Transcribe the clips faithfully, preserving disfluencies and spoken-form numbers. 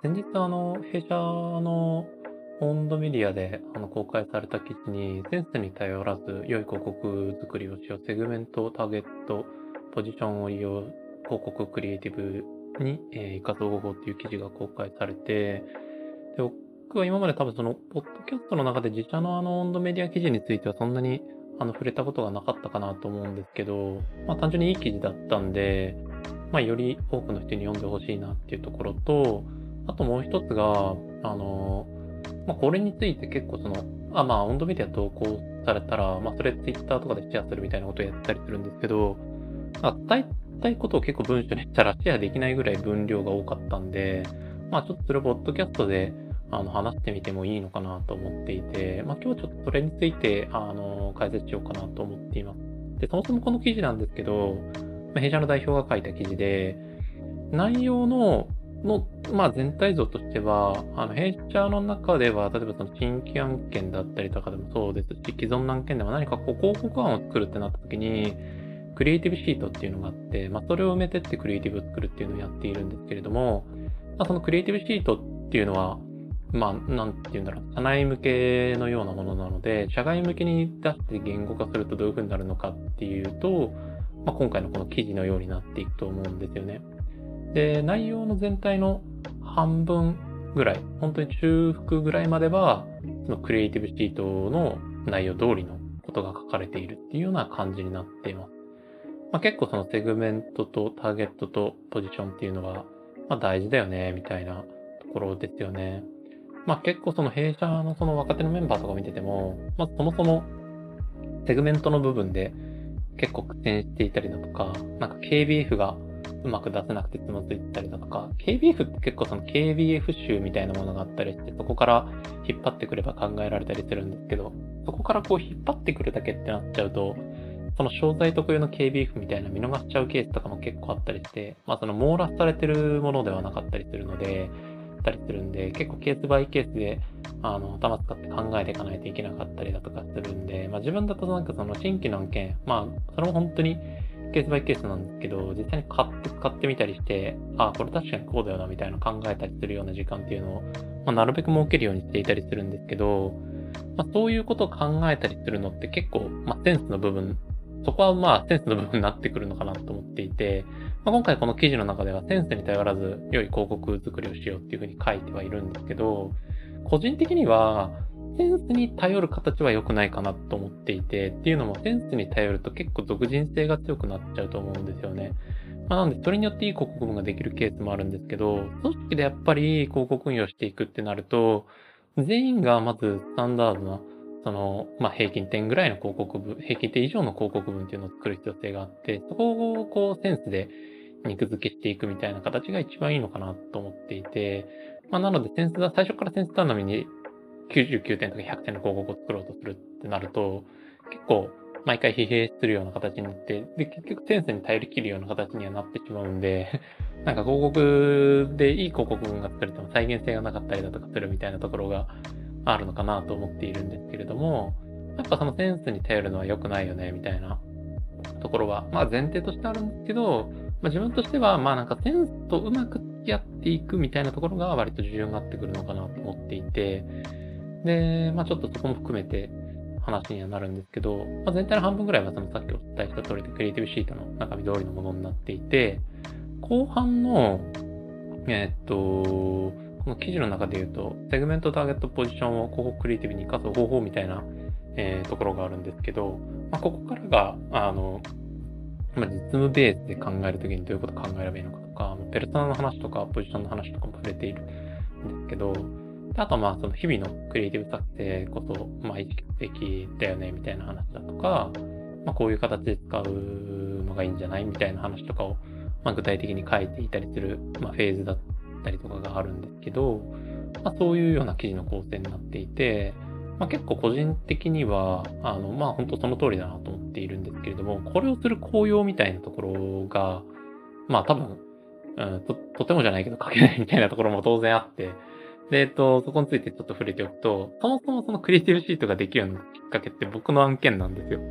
先日、あの、弊社のオウンドメディアであの公開された記事に、センスに頼らず良い広告作りをしよう、セグメント、ターゲット、ポジションを利用、広告クリエイティブに、えー、活動方法っていう記事が公開されて、で、僕は今まで多分その、ポッドキャストの中で自社のあのオウンドメディア記事についてはそんなにあの触れたことがなかったかなと思うんですけど、まあ単純にいい記事だったんで、まあより多くの人に読んでほしいなっていうところと、あともう一つが、あの、まあ、これについて結構その、あ、まあ、オンドメディア投稿されたら、まあ、それツイッターとかでシェアするみたいなことをやったりするんですけど、あ、伝えたいことを結構文章にしたらシェアできないぐらい分量が多かったんで、まあ、ちょっとそれをポッドキャストで、あの、話してみてもいいのかなと思っていて、まあ、今日ちょっとそれについて、あの、解説しようかなと思っています。で、そもそもこの記事なんですけど、まあ、弊社の代表が書いた記事で、内容のの、まあ、全体像としては、あの、弊社の中では、例えばその新規案件だったりとかでもそうですし、既存の案件でも何かこう広告案を作るってなった時に、クリエイティブシートっていうのがあって、まあ、それを埋めてってクリエイティブを作るっていうのをやっているんですけれども、まあ、そのクリエイティブシートっていうのは、まあ、なんて言うんだろう、社内向けのようなものなので、社外向けに出して言語化するとどういう風になるのかっていうと、まあ、今回のこの記事のようになっていくと思うんですよね。で、内容の全体の半分ぐらい、本当に中腹ぐらいまでは、そのクリエイティブシートの内容通りのことが書かれているっていうような感じになっています。まあ、結構そのセグメントとターゲットとポジションっていうのは、まあ大事だよね、みたいなところですよね。まあ結構その弊社のその若手のメンバーとか見てても、まあそもそもセグメントの部分で結構苦戦していたりだとか、なんか ケービーエフ がうまく出せなくてつまずいたりだとか、ケービーエフ って結構その ケービーエフ 集みたいなものがあったりして、そこから引っ張ってくれば考えられたりするんですけど、そこからこう引っ張ってくるだけってなっちゃうと、その商材特有の ケービーエフ みたいな見逃しちゃうケースとかも結構あったりして、まあその網羅されてるものではなかったりするので、たりするんで、結構ケースバイケースで、あの、頭使って考えていかないといけなかったりだとかするんで、まあ自分だとなんかその新規の案件、まあ、それも本当にケースバイケースなんですけど、実際に買って使ってみたりして、あ、これ確かにこうだよなみたいな考えたりするような時間っていうのを、まあなるべく設けるようにしていたりするんですけど、まあそういうことを考えたりするのって結構、まあセンスの部分、そこはまあセンスの部分になってくるのかなと思っていて、まあ、今回この記事の中ではセンスに頼らず良い広告作りをしようっていうふうに書いてはいるんですけど、個人的にはセンスに頼る形は良くないかなと思っていて、っていうのもセンスに頼ると結構属人性が強くなっちゃうと思うんですよね。まあ、なのでそれによっていい広告文ができるケースもあるんですけど、組織でやっぱり広告運用していくってなると、全員がまずスタンダードなその、まあ、平均点ぐらいの広告文、平均点以上の広告文っていうのを作る必要性があって、そこをこうセンスで肉付けしていくみたいな形が一番いいのかなと思っていて、まあ、なのでセンスだ、最初からセンス頼みにきゅうじゅうきゅうてんとかひゃくてんの広告を作ろうとするってなると、結構毎回疲弊するような形になって、で、結局センスに頼り切るような形にはなってしまうんで、なんか広告でいい広告文が作れても再現性がなかったりだとかするみたいなところがあるのかなと思っているんですけれども、やっぱそのセンスに頼るのは良くないよね、みたいなところは、まあ前提としてあるんですけど、まあ自分としては、まあなんかセンスとうまく付き合っていくみたいなところが割と重要になってくるのかなと思っていて、で、まあちょっとそこも含めて話にはなるんですけど、まあ全体の半分ぐらいはそのさっきお伝えした通りでクリエイティブシートの中身通りのものになっていて、後半の、えーっと、この記事の中で言うと、セグメントターゲットポジションを広告クリエイティブに活かす方法みたいな、えー、ところがあるんですけど、まあ、ここからが、あの、まあ、実務ベースで考えるときにどういうことを考えればいいのかとか、ペルソナの話とかポジションの話とかも触れているんですけど、あとはまあその日々のクリエイティブ作成こそ、まあ意識的だよねみたいな話だとか、まあこういう形で使うのがいいんじゃないみたいな話とかを、まあ具体的に書いていたりする、まあフェーズだったりとかがあるんですけど、まあそういうような記事の構成になっていて、まあ結構個人的には、あの、まあ本当その通りだなと思っているんですけれども、これをする効用みたいなところが、まあ多分、うん、と、とてもじゃないけど書けないみたいなところも当然あって、で、えっと、そこについてちょっと触れておくと、そもそもそのクリエイティブシートができるようなきっかけって僕の案件なんですよ。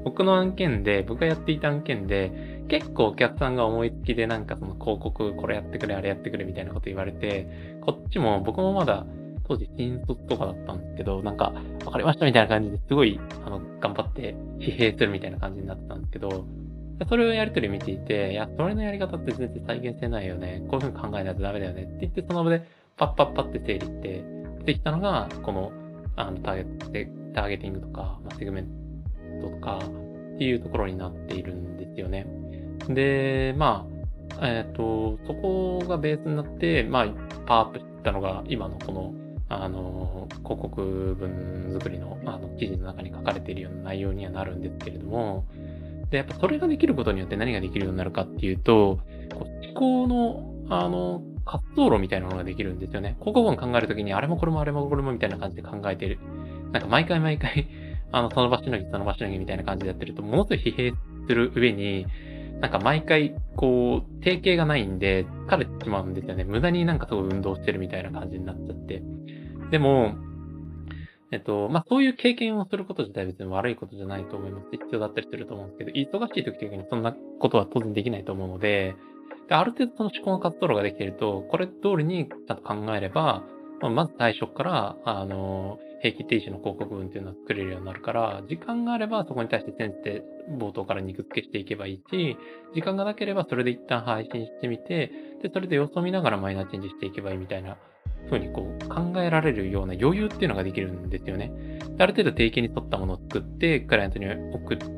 僕の案件で、僕がやっていた案件で、結構お客さんが思いつきでなんかその広告これやってくれ、あれやってくれみたいなこと言われて、こっちも僕もまだ当時新卒とかだったんですけど、なんかわかりましたみたいな感じですごい、あの、頑張って疲弊するみたいな感じになってたんですけど、それをやりとり見ていて、いや、それのやり方って全然再現性ないよね。こういう風に考えないとダメだよねって言って、その場でパッパッパって整理して、できたのが、この、あの、ターゲットで、ターゲティングとか、まあ、セグメントとかっていうところになっているんですよね。で、まあ、えっ、と、そこがベースになって、まあ、パワーアップしたのが、今のこの、あの、広告文作りの、あの、記事の中に書かれているような内容にはなるんですけれども、で、やっぱそれができることによって何ができるようになるかっていうと、こう思考の、あの、滑走路みたいなものができるんですよね。広告文考えるときに、あれもこれもあれもこれもみたいな感じで考えてる。なんか毎回毎回あの、その場しのぎ、その場しのぎみたいな感じでやってると、ものすごい疲弊する上に、なんか毎回、こう、定型がないんで、疲れてしまうんですよね。無駄になんかすごい運動してるみたいな感じになっちゃって。でも、えっと、まあ、そういう経験をすること自体別に悪いことじゃないと思います。必要だったりすると思うんですけど、忙しい時とかにそんなことは当然できないと思うので、である程度その思考の活動ができていると、これ通りにちゃんと考えれば、まあ、まず最初から、あの、平均停止の広告文っていうのは作れるようになるから、時間があればそこに対して先生冒頭から肉付けしていけばいいし、時間がなければそれで一旦配信してみて、で、それで様子を見ながらマイナーチェンジしていけばいいみたいな風にこう考えられるような余裕っていうのができるんですよね。ある程度定型に沿ったものを作って、クライアントに送って、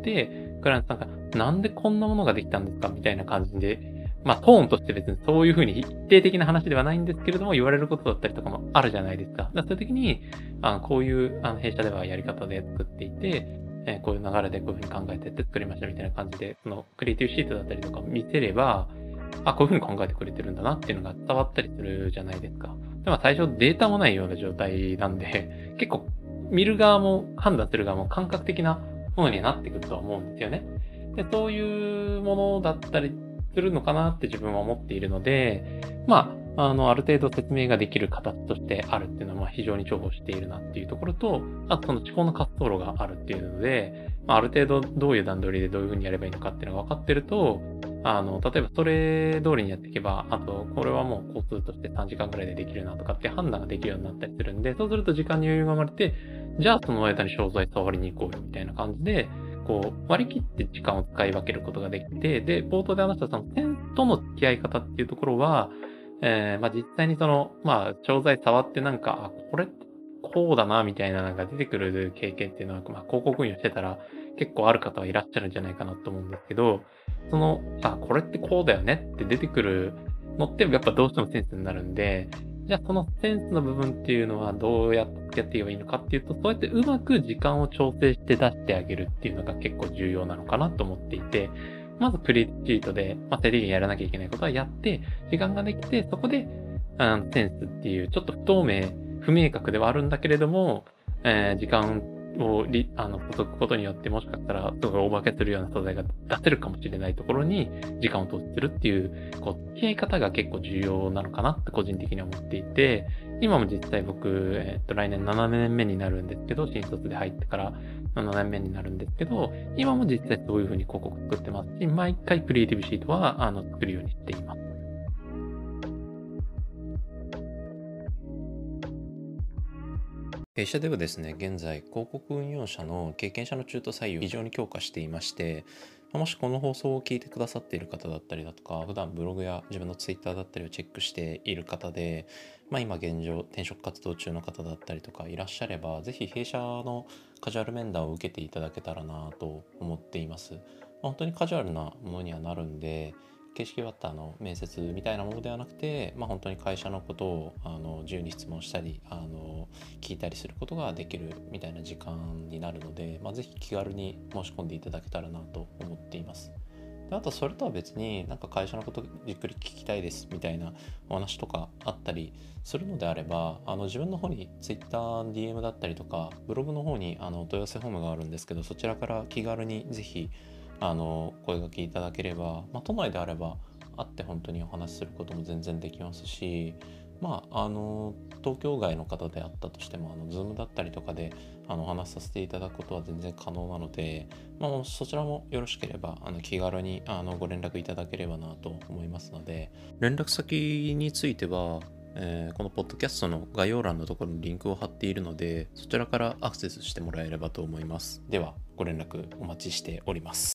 クライアントさんがなんでこんなものができたんですかみたいな感じで、まあトーンとして別にそういう風に一定的な話ではないんですけれども、言われることだったりとかもあるじゃないですか。だからそういう時に、あのこういうあの弊社ではやり方で作っていて、えーこういう流れでこういう風に考えてって作りましたみたいな感じで、そのクリエイティブシートだったりとか見せれば、あ、こういう風に考えてくれてるんだなっていうのが伝わったりするじゃないですか。でも最初データもないような状態なんで、結構見る側も判断する側も感覚的なものになってくるとは思うんですよね。で、そういうものだったりするのかなって自分は思っているので、まあ、あの、ある程度説明ができる形としてあるっていうのはまあ非常に重宝しているなっていうところと、あとその思考の滑走路があるっていうので、まあ、ある程度どういう段取りでどういうふうにやればいいのかっていうのが分かってると、あの、例えばそれ通りにやっていけば、あと、これはもう工数としてさんじかんくらいでできるなとかって判断ができるようになったりするんで、そうすると時間に余裕が生まれて、じゃあその間に商材触りに行こうよみたいな感じで、こう、割り切って時間を使い分けることができて、で、冒頭で話したその点との付き合い方っていうところは、えー、まあ実際にその、まあ、商材触ってなんか、あ、これってこうだな、みたいなのが出てくる経験っていうのは、まあ広告運用してたら結構ある方はいらっしゃるんじゃないかなと思うんですけど、その、あ、これってこうだよねって出てくるのってやっぱどうしてもセンスになるんで、じゃあそのセンスの部分っていうのはどうやってやっていけばいいのかっていうと、そうやってうまく時間を調整して出してあげるっていうのが結構重要なのかなと思っていて、まずクリエイティブシートで、まあ、最低限やらなきゃいけないことはやって、時間ができて、そこで、あのセンスっていう、ちょっと不透明、不明確ではあるんだけれども、えー時間をり、あの、注ぐことによって、もしかしたら、すごい大化けするような素材が出せるかもしれないところに、時間を投資するっていう、こう、付き合い方が結構重要なのかなって個人的には思っていて、今も実際僕、えっと、来年ななねんめになるんですけど、新卒で入ってからななねんめになるんですけど、今も実際そういう風に広告作ってますし、毎回クリエイティブシートは、あの、作るようにしています。 弊社ではですね、現在、広告運用者の経験者の中途採用を非常に強化していまして、もしこの放送を聞いてくださっている方だったりだとか、普段ブログや自分のツイッターだったりをチェックしている方で、まあ、今現状転職活動中の方だったりとかいらっしゃれば、ぜひ弊社のカジュアル面談を受けていただけたらなと思っています。まあ本当にカジュアルなものにはなるんで、形式はあの面接みたいなものではなくて、まあ、本当に会社のことをあの自由に質問したりあの聞いたりすることができるみたいな時間になるので、まあ、ぜひ気軽に申し込んでいただけたらなと思っています。であとそれとは別になんか会社のことじっくり聞きたいですみたいなお話とかあったりするのであれば、あの自分の方に Twitter の ディーエム だったりとかブログの方にあのお問い合わせフォームがあるんですけど、そちらから気軽にぜひあの声掛けいただければ、まあ、都内であれば会って本当にお話しすることも全然できますし、まああの東京外の方であったとしても、あの Zoom だったりとかであのお話しさせていただくことは全然可能なので、まあ、そちらもよろしければあの気軽にあのご連絡いただければなと思いますので、連絡先については、えーこのポッドキャストの概要欄のところにリンクを貼っているので、そちらからアクセスしてもらえればと思います。ではご連絡お待ちしております。